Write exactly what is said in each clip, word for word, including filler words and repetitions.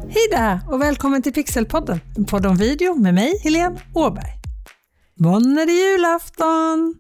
Hej där och välkommen till Pixelpodden, en podd om video med mig, Helene Åberg. Imorgon är det julafton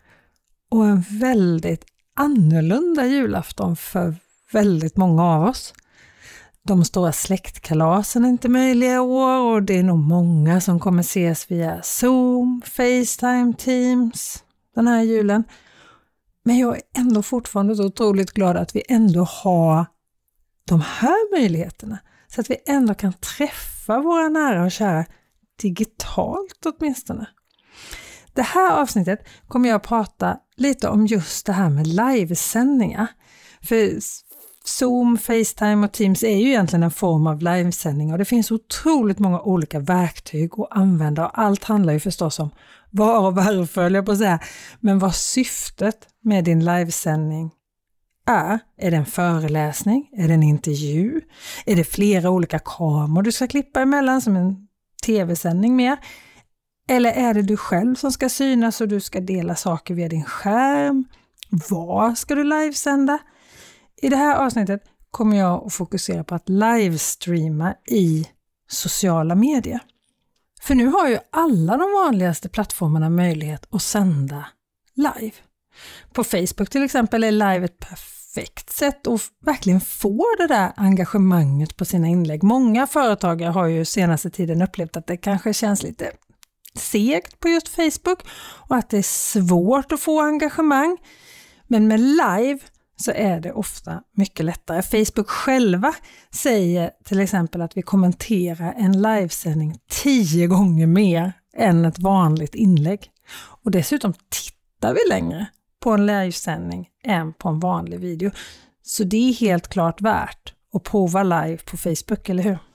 och en väldigt annorlunda julafton för väldigt många av oss. De stora släktkalasen är inte möjliga i år och det är nog många som kommer ses via Zoom, FaceTime, Teams den här julen. Men jag är ändå fortfarande så otroligt glad att vi ändå har de här möjligheterna. Så att vi ändå kan träffa våra nära och kära digitalt åtminstone. Det här avsnittet kommer jag att prata lite om just det här med livesändningar. För Zoom, FaceTime och Teams är ju egentligen en form av livesändning och det finns otroligt många olika verktyg att använda och allt handlar ju förstås om var och varför, jag på att säga. Men vad syftet med din livesändning är. Är det en föreläsning? Är det en intervju? Är det flera olika kameror du ska klippa emellan som en tv-sändning mer? Eller är det du själv som ska synas och du ska dela saker via din skärm? Var ska du livesända? I det här avsnittet kommer jag att fokusera på att livestreama i sociala medier. För nu har ju alla de vanligaste plattformarna möjlighet att sända live. På Facebook till exempel är live ett perfekt sätt att verkligen få det där engagemanget på sina inlägg. Många företagare har ju senaste tiden upplevt att det kanske känns lite segt på just Facebook och att det är svårt att få engagemang. Men med live så är det ofta mycket lättare. Facebook själva säger till exempel att vi kommenterar en livesändning tio gånger mer än ett vanligt inlägg. Och dessutom tittar vi längre på en livesändning än på en vanlig video. Så det är helt klart värt att prova live på Facebook, eller hur?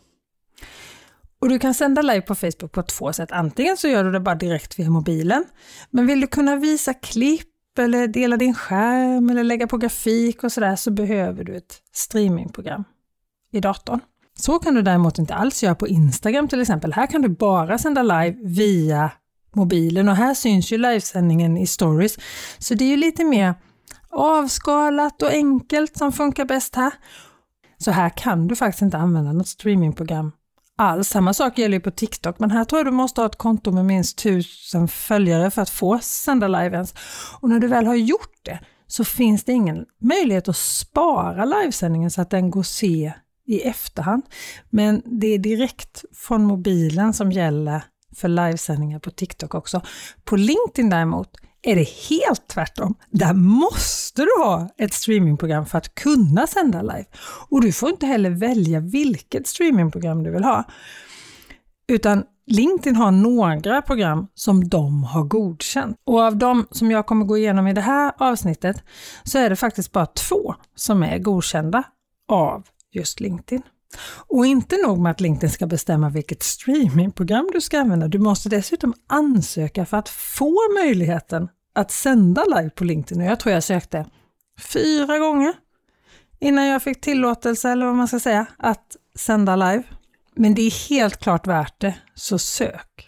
Och du kan sända live på Facebook på två sätt. Antingen så gör du det bara direkt via mobilen. Men vill du kunna visa klipp eller dela din skärm eller lägga på grafik och sådär så behöver du ett streamingprogram i datorn. Så kan du däremot inte alls göra på Instagram till exempel. Här kan du bara sända live via mobilen och här syns ju livesändningen i stories. Så det är ju lite mer avskalat och enkelt som funkar bäst här. Så här kan du faktiskt inte använda något streamingprogram alls. Samma sak gäller ju på TikTok, men här tror jag du måste ha ett konto med minst tusen följare för att få sända live ens. Och när du väl har gjort det så finns det ingen möjlighet att spara livesändningen så att den går att se i efterhand. Men det är direkt från mobilen som gäller för livesändningar på TikTok också. På LinkedIn däremot är det helt tvärtom. Där måste du ha ett streamingprogram för att kunna sända live. Och du får inte heller välja vilket streamingprogram du vill ha. Utan LinkedIn har några program som de har godkänt. Och av dem som jag kommer gå igenom i det här avsnittet så är det faktiskt bara två som är godkända av just LinkedIn. Och inte nog med att LinkedIn ska bestämma vilket streamingprogram du ska använda. Du måste dessutom ansöka för att få möjligheten att sända live på LinkedIn. Och jag tror jag sökte fyra gånger innan jag fick tillåtelse, eller vad man ska säga, att sända live. Men det är helt klart värt det, så sök.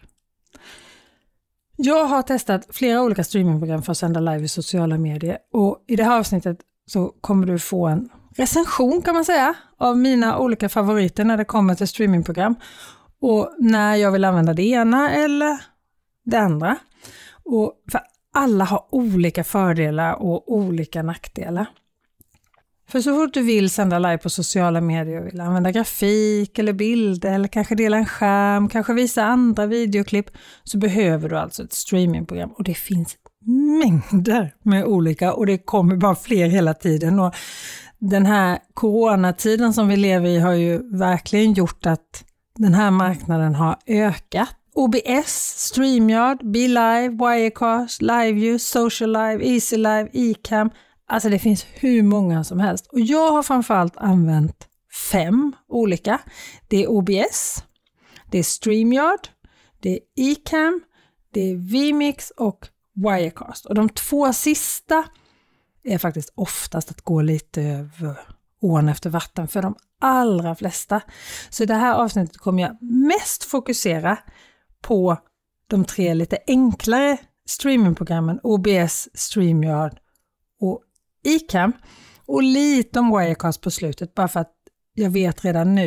Jag har testat flera olika streamingprogram för att sända live i sociala medier. Och i det här avsnittet så kommer du få en recension kan man säga av mina olika favoriter när det kommer till streamingprogram och när jag vill använda det ena eller det andra. Och för alla har olika fördelar och olika nackdelar. För så fort du vill sända live på sociala medier och vill använda grafik eller bilder eller kanske dela en skärm, kanske visa andra videoklipp, så behöver du alltså ett streamingprogram och det finns mängder med olika och det kommer bara fler hela tiden. Och den här coronatiden som vi lever i har ju verkligen gjort att den här marknaden har ökat. O B S, StreamYard, BeLive, Wirecast, LiveView, SocialLive, EasyLive, eCam. Alltså det finns hur många som helst. Och jag har framförallt använt fem olika. Det är O B S, det är StreamYard, det är eCam, det är vMix och Wirecast. Och de två sista är faktiskt oftast att gå lite över ån efter vatten för de allra flesta. Så i det här avsnittet kommer jag mest fokusera på de tre lite enklare streamingprogrammen O B S, StreamYard och eCam och lite om Wirecast på slutet, bara för att jag vet redan nu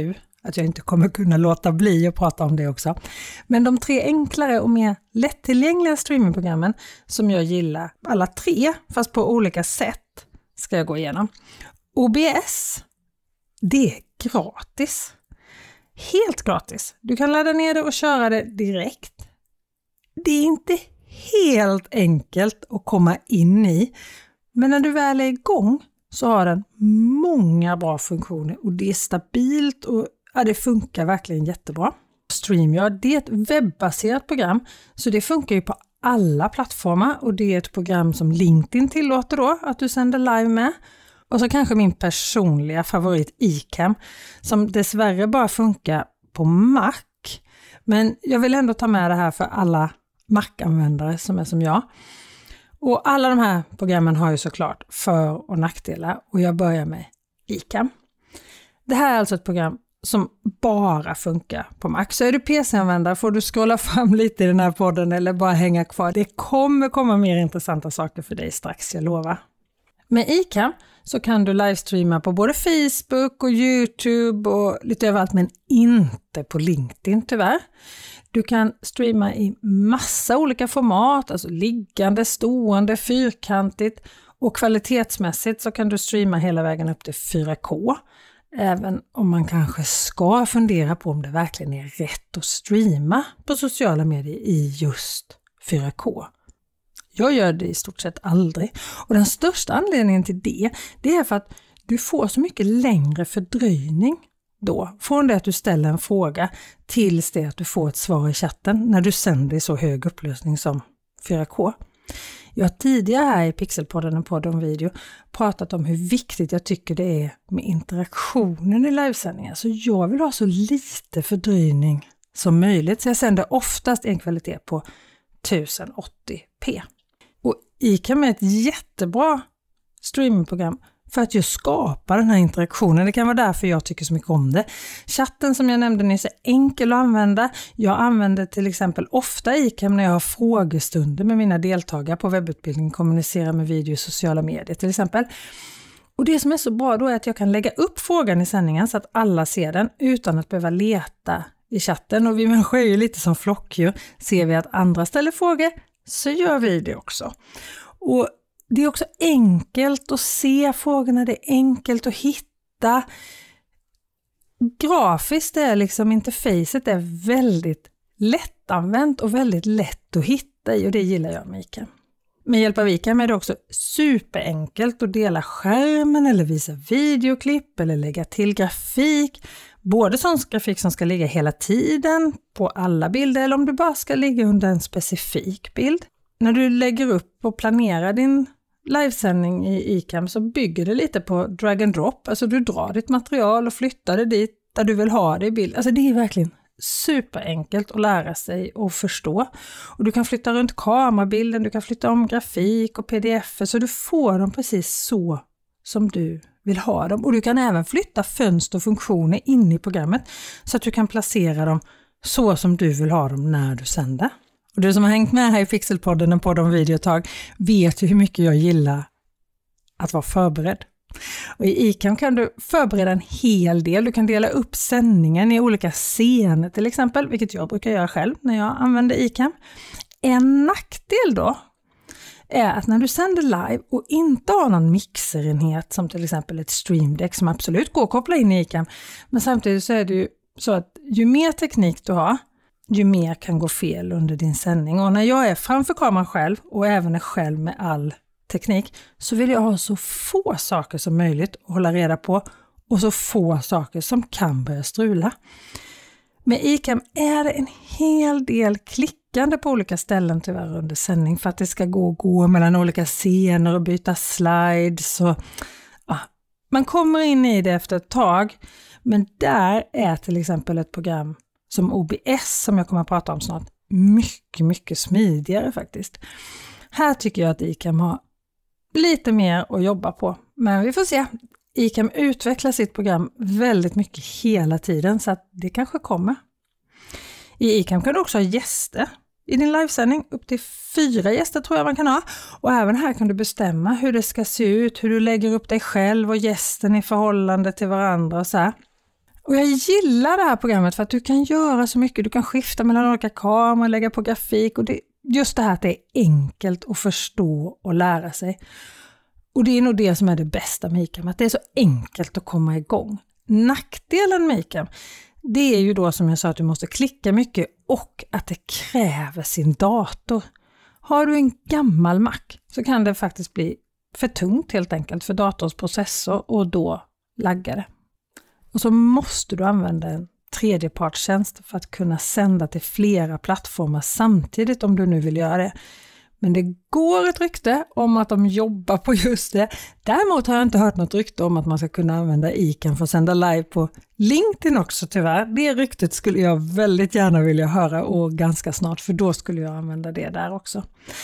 att jag inte kommer kunna låta bli att prata om det också. Men de tre enklare och mer lättillgängliga streamingprogrammen som jag gillar, alla tre, fast på olika sätt, ska jag gå igenom. O B S, det är gratis. Helt gratis. Du kan ladda ner det och köra det direkt. Det är inte helt enkelt att komma in i, men när du väl är igång så har den många bra funktioner och det är stabilt och ja, det funkar verkligen jättebra. StreamYard, det är ett webbaserat program så det funkar ju på alla plattformar och det är ett program som LinkedIn tillåter då att du sänder live med. Och så kanske min personliga favorit iCam som dessvärre bara funkar på Mac. Men jag vill ändå ta med det här för alla Mac-användare som är som jag. Och alla de här programmen har ju såklart för- och nackdelar och jag börjar med iCam. Det här är alltså ett program som bara funkar på Mac. Så är du P C-användare får du scrolla fram lite i den här podden eller bara hänga kvar. Det kommer komma mer intressanta saker för dig strax, jag lovar. Med iCam så kan du livestreama på både Facebook och YouTube och lite överallt, men inte på LinkedIn tyvärr. Du kan streama i massa olika format, alltså liggande, stående, fyrkantigt och kvalitetsmässigt så kan du streama hela vägen upp till fyra K. Även om man kanske ska fundera på om det verkligen är rätt att streama på sociala medier i just fyra K. Jag gör det i stort sett aldrig. Och den största anledningen till det, det är för att du får så mycket längre fördröjning då. Från det att du ställer en fråga tills det att du får ett svar i chatten när du sänder i så hög upplösning som fyra K. Jag har tidigare här i Pixelpodden och podden om video pratat om hur viktigt jag tycker det är med interaktionen i livesändningar. Så jag vill ha så lite fördröjning som möjligt. Så jag sänder oftast en kvalitet på tusen åttio p. Och iCam är ett jättebra streamingprogram för att just skapa den här interaktionen. Det kan vara därför jag tycker så mycket om det. Chatten som jag nämnde nyss är enkel att använda. Jag använder till exempel ofta iCam när jag har frågestunder med mina deltagare på webbutbildning, kommunicera med video i sociala medier till exempel. Och det som är så bra då är att jag kan lägga upp frågan i sändningen så att alla ser den utan att behöva leta i chatten. Och vi människor är ju lite som flockdjur. Ser vi att andra ställer frågor så gör vi det också. Och det är också enkelt att se frågorna, det är enkelt att hitta. Grafiskt är liksom interfacet är väldigt lättanvänt och väldigt lätt att hitta i och det gillar jag med iCam. Med hjälp av iCam är det också superenkelt att dela skärmen eller visa videoklipp eller lägga till grafik. Både sån grafik som ska ligga hela tiden på alla bilder eller om du bara ska ligga under en specifik bild. När du lägger upp och planerar din livesändning i iCam så bygger det lite på drag and drop. Alltså du drar ditt material och flyttar det dit där du vill ha det i bild. Alltså det är verkligen superenkelt att lära sig och förstå. Och du kan flytta runt kamerabilden, du kan flytta om grafik och pdf så du får dem precis så som du vill ha dem. Och du kan även flytta fönster och funktioner in i programmet så att du kan placera dem så som du vill ha dem när du sänder. Och du som har hängt med här i Pixelpodden och på de videotag vet ju hur mycket jag gillar att vara förberedd. Och i iCam kan du förbereda en hel del. Du kan dela upp sändningen i olika scener till exempel, vilket jag brukar göra själv när jag använder iCam. En nackdel då är att när du sänder live och inte har någon mixerenhet som till exempel ett Stream Deck som absolut går att koppla in i iCam, men samtidigt så är det ju så att ju mer teknik du har, ju mer kan gå fel under din sändning. Och när jag är framför kameran själv och även är själv med all teknik så vill jag ha så få saker som möjligt att hålla reda på och så få saker som kan börja strula. Med iCam är det en hel del klickande på olika ställen tyvärr under sändning för att det ska gå och gå mellan olika scener och byta slides. Och, ja, man kommer in i det efter ett tag, men där är till exempel ett program som O B S som jag kommer att prata om snart mycket, mycket smidigare faktiskt. Här tycker jag att iCam har lite mer att jobba på. Men vi får se. iCam utvecklar sitt program väldigt mycket hela tiden så att det kanske kommer. I iCam kan du också ha gäster i din livesändning. Upp till fyra gäster tror jag man kan ha. Och även här kan du bestämma hur det ska se ut, hur du lägger upp dig själv och gästen i förhållande till varandra och så här. Och jag gillar det här programmet för att du kan göra så mycket. Du kan skifta mellan olika kameror, lägga på grafik och det, just det här att det är enkelt att förstå och lära sig. Och det är nog det som är det bästa med ICAM, att det är så enkelt att komma igång. Nackdelen med ICAM, det är ju då som jag sa att du måste klicka mycket och att det kräver sin dator. Har du en gammal Mac så kan det faktiskt bli för tungt helt enkelt för datorns processor och då laggar det. Och så måste du använda en tredjepartstjänst för att kunna sända till flera plattformar samtidigt om du nu vill göra det. Men det går ett rykte om att de jobbar på just det. Däremot har jag inte hört något rykte om att man ska kunna använda ICAM för att sända live på LinkedIn också tyvärr. Det ryktet skulle jag väldigt gärna vilja höra och ganska snart, för då skulle jag använda det där också.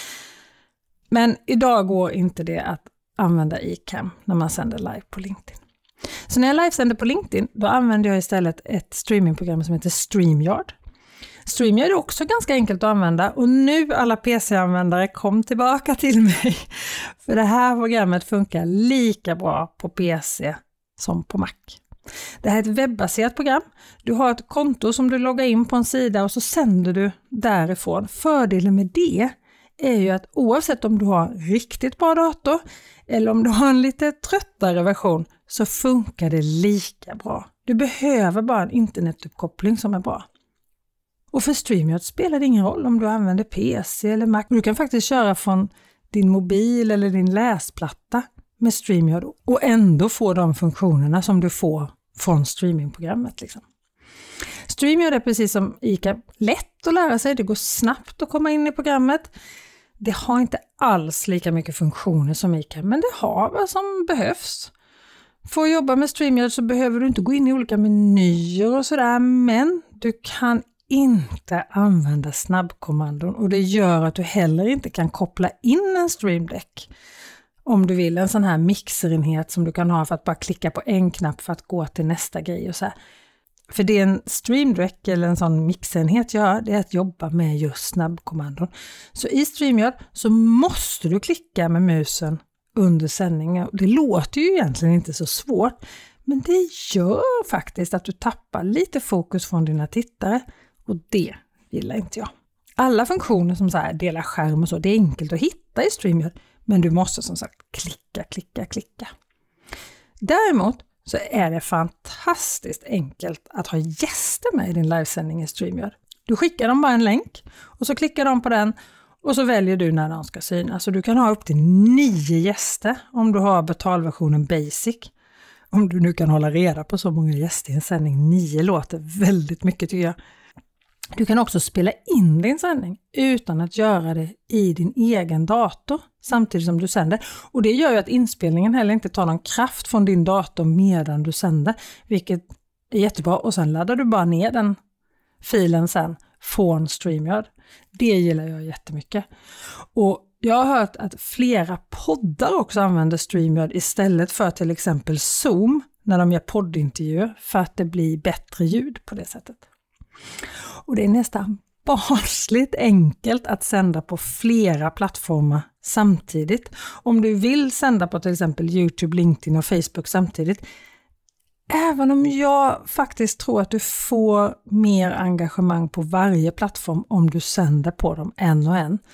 Men idag går inte det att använda ICAM när man sänder live på LinkedIn. Så när jag livesänder på LinkedIn, då använder jag istället ett streamingprogram som heter StreamYard. StreamYard är också ganska enkelt att använda och nu alla P C-användare kom tillbaka till mig. För det här programmet funkar lika bra på P C som på Mac. Det här är ett webbaserat program. Du har ett konto som du loggar in på en sida och så sänder du därifrån. Fördelen med det är ju att oavsett om du har en riktigt bra dator eller om du har en lite tröttare version så funkar det lika bra. Du behöver bara en internetuppkoppling som är bra. Och för StreamYard spelar det ingen roll om du använder P C eller Mac. Du kan faktiskt köra från din mobil eller din läsplatta med StreamYard och ändå få de funktionerna som du får från streamingprogrammet. Liksom. StreamYard är precis som ICAM lätt att lära sig. Det går snabbt att komma in i programmet. Det har inte alls lika mycket funktioner som ICAM, men det har vad som behövs. För att jobba med StreamYard så behöver du inte gå in i olika menyer och sådär, men du kan inte använda snabbkommandon och det gör att du heller inte kan koppla in en Stream Deck om du vill, en sån här mixerenhet som du kan ha för att bara klicka på en knapp för att gå till nästa grej och så här. För det en Stream Deck eller en sån mixerenhet gör, det är att jobba med just snabbkommandon. Så i StreamYard så måste du klicka med musen under sändningen. Det låter ju egentligen inte så svårt, men det gör faktiskt att du tappar lite fokus från dina tittare. Och det gillar inte jag. Alla funktioner som så här delar skärm och så, det är enkelt att hitta i StreamYard. Men du måste som sagt klicka, klicka, klicka. Däremot så är det fantastiskt enkelt att ha gäster med i din livesändning i StreamYard. Du skickar dem bara en länk och så klickar de på den och så väljer du när de ska synas. Så du kan ha upp till nio gäster om du har betalversionen Basic. Om du nu kan hålla reda på så många gäster i en sändning. Nio låter väldigt mycket tycker jag. Du kan också spela in din sändning utan att göra det i din egen dator samtidigt som du sänder. Och det gör ju att inspelningen heller inte tar någon kraft från din dator medan du sänder, vilket är jättebra. Och sen laddar du bara ner den filen sen från StreamYard. Det gillar jag jättemycket. Och jag har hört att flera poddar också använder StreamYard istället för till exempel Zoom när de gör poddintervjuer för att det blir bättre ljud på det sättet. Och det är nästan barnsligt enkelt att sända på flera plattformar samtidigt. Om du vill sända på till exempel YouTube, LinkedIn och Facebook samtidigt. Även om jag faktiskt tror att du får mer engagemang på varje plattform om du sänder på dem en och en.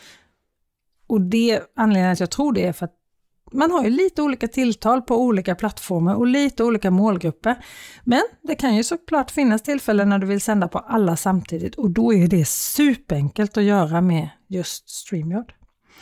Och det anledningen att jag tror det är för att man har ju lite olika tilltal på olika plattformar och lite olika målgrupper. Men det kan ju såklart finnas tillfällen när du vill sända på alla samtidigt och då är det superenkelt att göra med just StreamYard.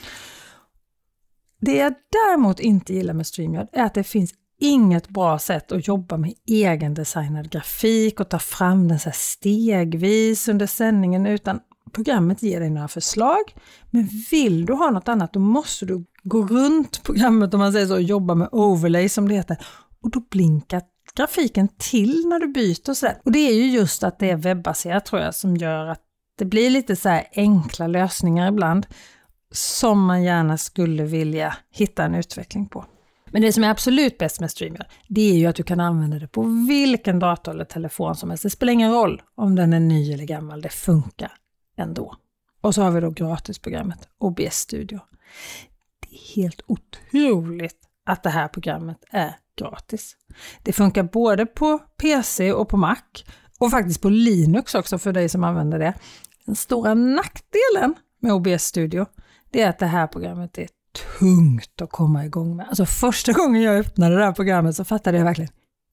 Det jag däremot inte gillar med StreamYard är att det finns inget bra sätt att jobba med egendesignad grafik och ta fram den så här stegvis under sändningen, utan programmet ger dig några förslag. Men vill du ha något annat, då måste du gå runt programmet om man säger så och jobba med overlay som det heter. Och då blinkar grafiken till när du byter och sådär. Och det är ju just att det är webbaserat tror jag som gör att det blir lite så här enkla lösningar ibland som man gärna skulle vilja hitta en utveckling på. Men det som är absolut bäst med StreamYard, det är ju att du kan använda det på vilken dator eller telefon som helst. Det spelar ingen roll om den är ny eller gammal, det funkar ändå. Och så har vi då gratisprogrammet O B S Studio. Det är helt otroligt att det här programmet är gratis. Det funkar både på P C och på Mac och faktiskt på Linux också för dig som använder det. Den stora nackdelen med O B S Studio, det är att det här programmet är tungt att komma igång med. Alltså första gången jag öppnade det här programmet så fattade jag verkligen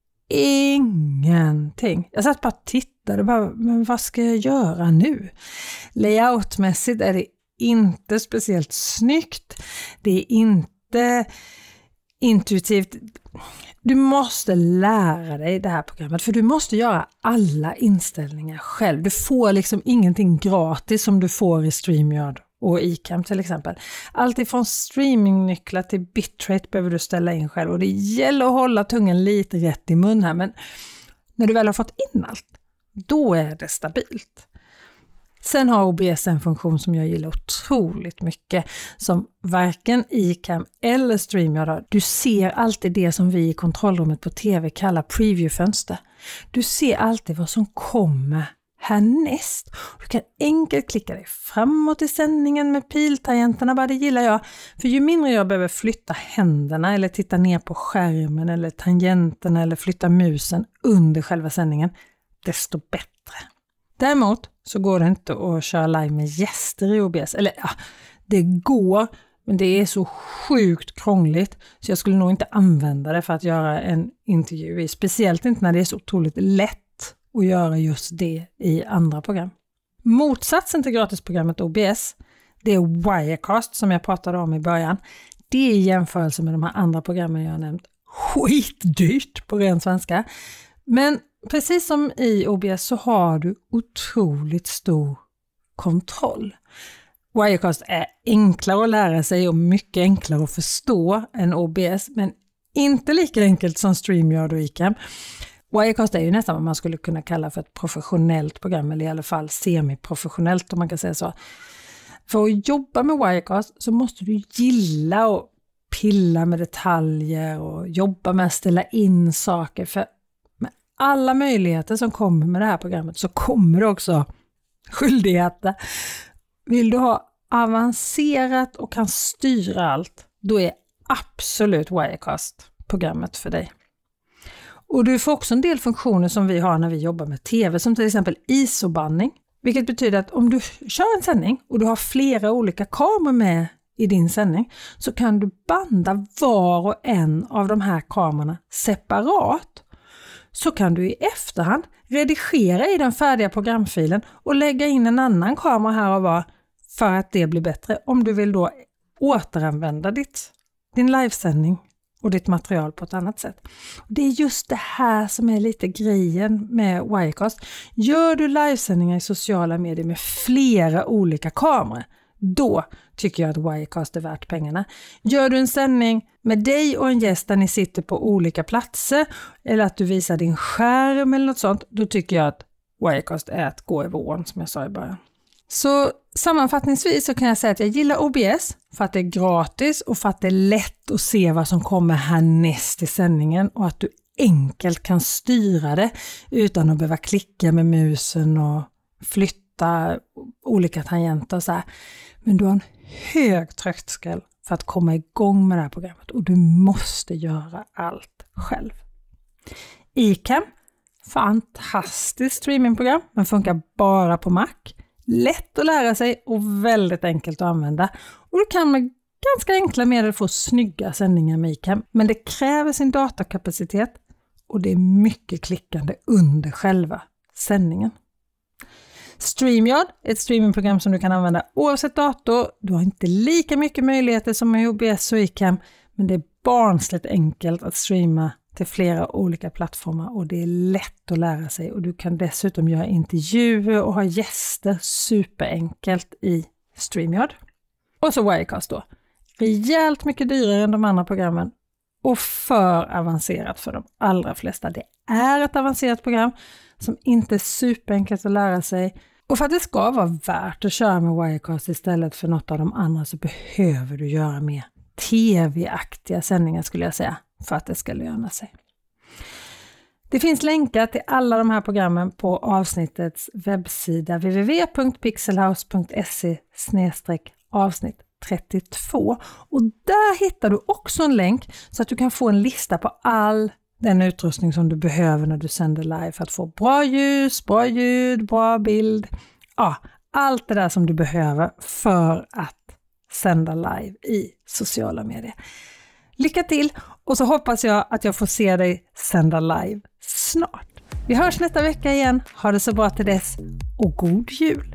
ingenting. Jag satt bara och tittade och bara, men vad ska jag göra nu? Layoutmässigt är det inte speciellt snyggt. Det är inte intuitivt. Du måste lära dig det här programmet för du måste göra alla inställningar själv. Du får liksom ingenting gratis som du får i StreamYard och iCam till exempel. Allt ifrån streamingnycklar till bitrate behöver du ställa in själv och det gäller att hålla tungan lite rätt i mun här, men när du väl har fått in allt, då är det stabilt. Sen har O B S en funktion som jag gillar otroligt mycket som varken iCam eller StreamYard har. Du ser alltid det som vi i kontrollrummet på tv kallar previewfönster. Du ser alltid vad som kommer härnäst. Du kan enkelt klicka dig framåt i sändningen med piltangenterna, bara det gillar jag. För ju mindre jag behöver flytta händerna eller titta ner på skärmen eller tangenterna eller flytta musen under själva sändningen, desto bättre. Däremot så går det inte att köra live med gäster i O B S. Eller ja, det går, men det är så sjukt krångligt så jag skulle nog inte använda det för att göra en intervju i. Speciellt inte när det är så otroligt lätt att göra just det i andra program. Motsatsen till gratisprogrammet O B S, det är Wirecast som jag pratade om i början. Det är i jämförelse med de här andra programmen jag har nämnt skitdyrt på ren svenska. Men precis som i O B S så har du otroligt stor kontroll. Wirecast är enklare att lära sig och mycket enklare att förstå än O B S, men inte lika enkelt som StreamYard och iCam. Wirecast är ju nästan vad man skulle kunna kalla för ett professionellt program, eller i alla fall semiprofessionellt om man kan säga så. För att jobba med Wirecast så måste du gilla och pilla med detaljer och jobba med att ställa in saker, för med alla möjligheter som kommer med det här programmet så kommer det också skyldigheter. Vill du ha avancerat och kan styra allt, då är absolut Wirecast programmet för dig. Och du får också en del funktioner som vi har när vi jobbar med tv, som till exempel I S O-bandning. Vilket betyder att om du kör en sändning och du har flera olika kameror med i din sändning, så kan du banda var och en av de här kamerorna separat. Så kan du i efterhand redigera i den färdiga programfilen och lägga in en annan kamera här och var för att det blir bättre. Om du vill då återanvända ditt, din livesändning och ditt material på ett annat sätt. Det är just det här som är lite grejen med Wirecast. Gör du livesändningar i sociala medier med flera olika kameror, då tycker jag att Wirecast är värt pengarna. Gör du en sändning med dig och en gäst där ni sitter på olika platser, eller att du visar din skärm eller något sånt, då tycker jag att Wirecast är att gå över ån, som jag sa i början. Så sammanfattningsvis så kan jag säga att jag gillar O B S för att det är gratis och för att det är lätt att se vad som kommer härnäst i sändningen och att du enkelt kan styra det utan att behöva klicka med musen och flytta olika tangenter och så här. Men du har en hög tröskel för att komma igång med det här programmet och du måste göra allt själv. iCam, fantastiskt streamingprogram, men funkar bara på Mac. Lätt att lära sig och väldigt enkelt att använda. Och du kan med ganska enkla medel få snygga sändningar med iCam. Men det kräver sin datakapacitet och det är mycket klickande under själva sändningen. StreamYard är ett streamingprogram som du kan använda oavsett dator. Du har inte lika mycket möjligheter som med O B S och iCam, men det är barnsligt enkelt att streama till flera olika plattformar och det är lätt att lära sig och du kan dessutom göra intervjuer och ha gäster superenkelt i StreamYard. Och så Wirecast då. Rejält mycket dyrare än de andra programmen och för avancerat för de allra flesta. Det är ett avancerat program som inte är superenkelt att lära sig, och för att det ska vara värt att köra med Wirecast istället för något av de andra så behöver du göra mer tv-aktiga sändningar, skulle jag säga, för att det ska löna sig. Det finns länkar till alla de här programmen på avsnittets webbsida w w w punkt pixelhouse punkt se slash avsnitt trettiotvå. Och där hittar du också en länk så att du kan få en lista på all den utrustning som du behöver när du sänder live för att få bra ljus, bra ljud, bra bild. Ja, allt det där som du behöver för att sända live i sociala medier. Lycka till och så hoppas jag att jag får se dig sända live snart. Vi hörs nästa vecka igen. Ha det så bra till dess och god jul!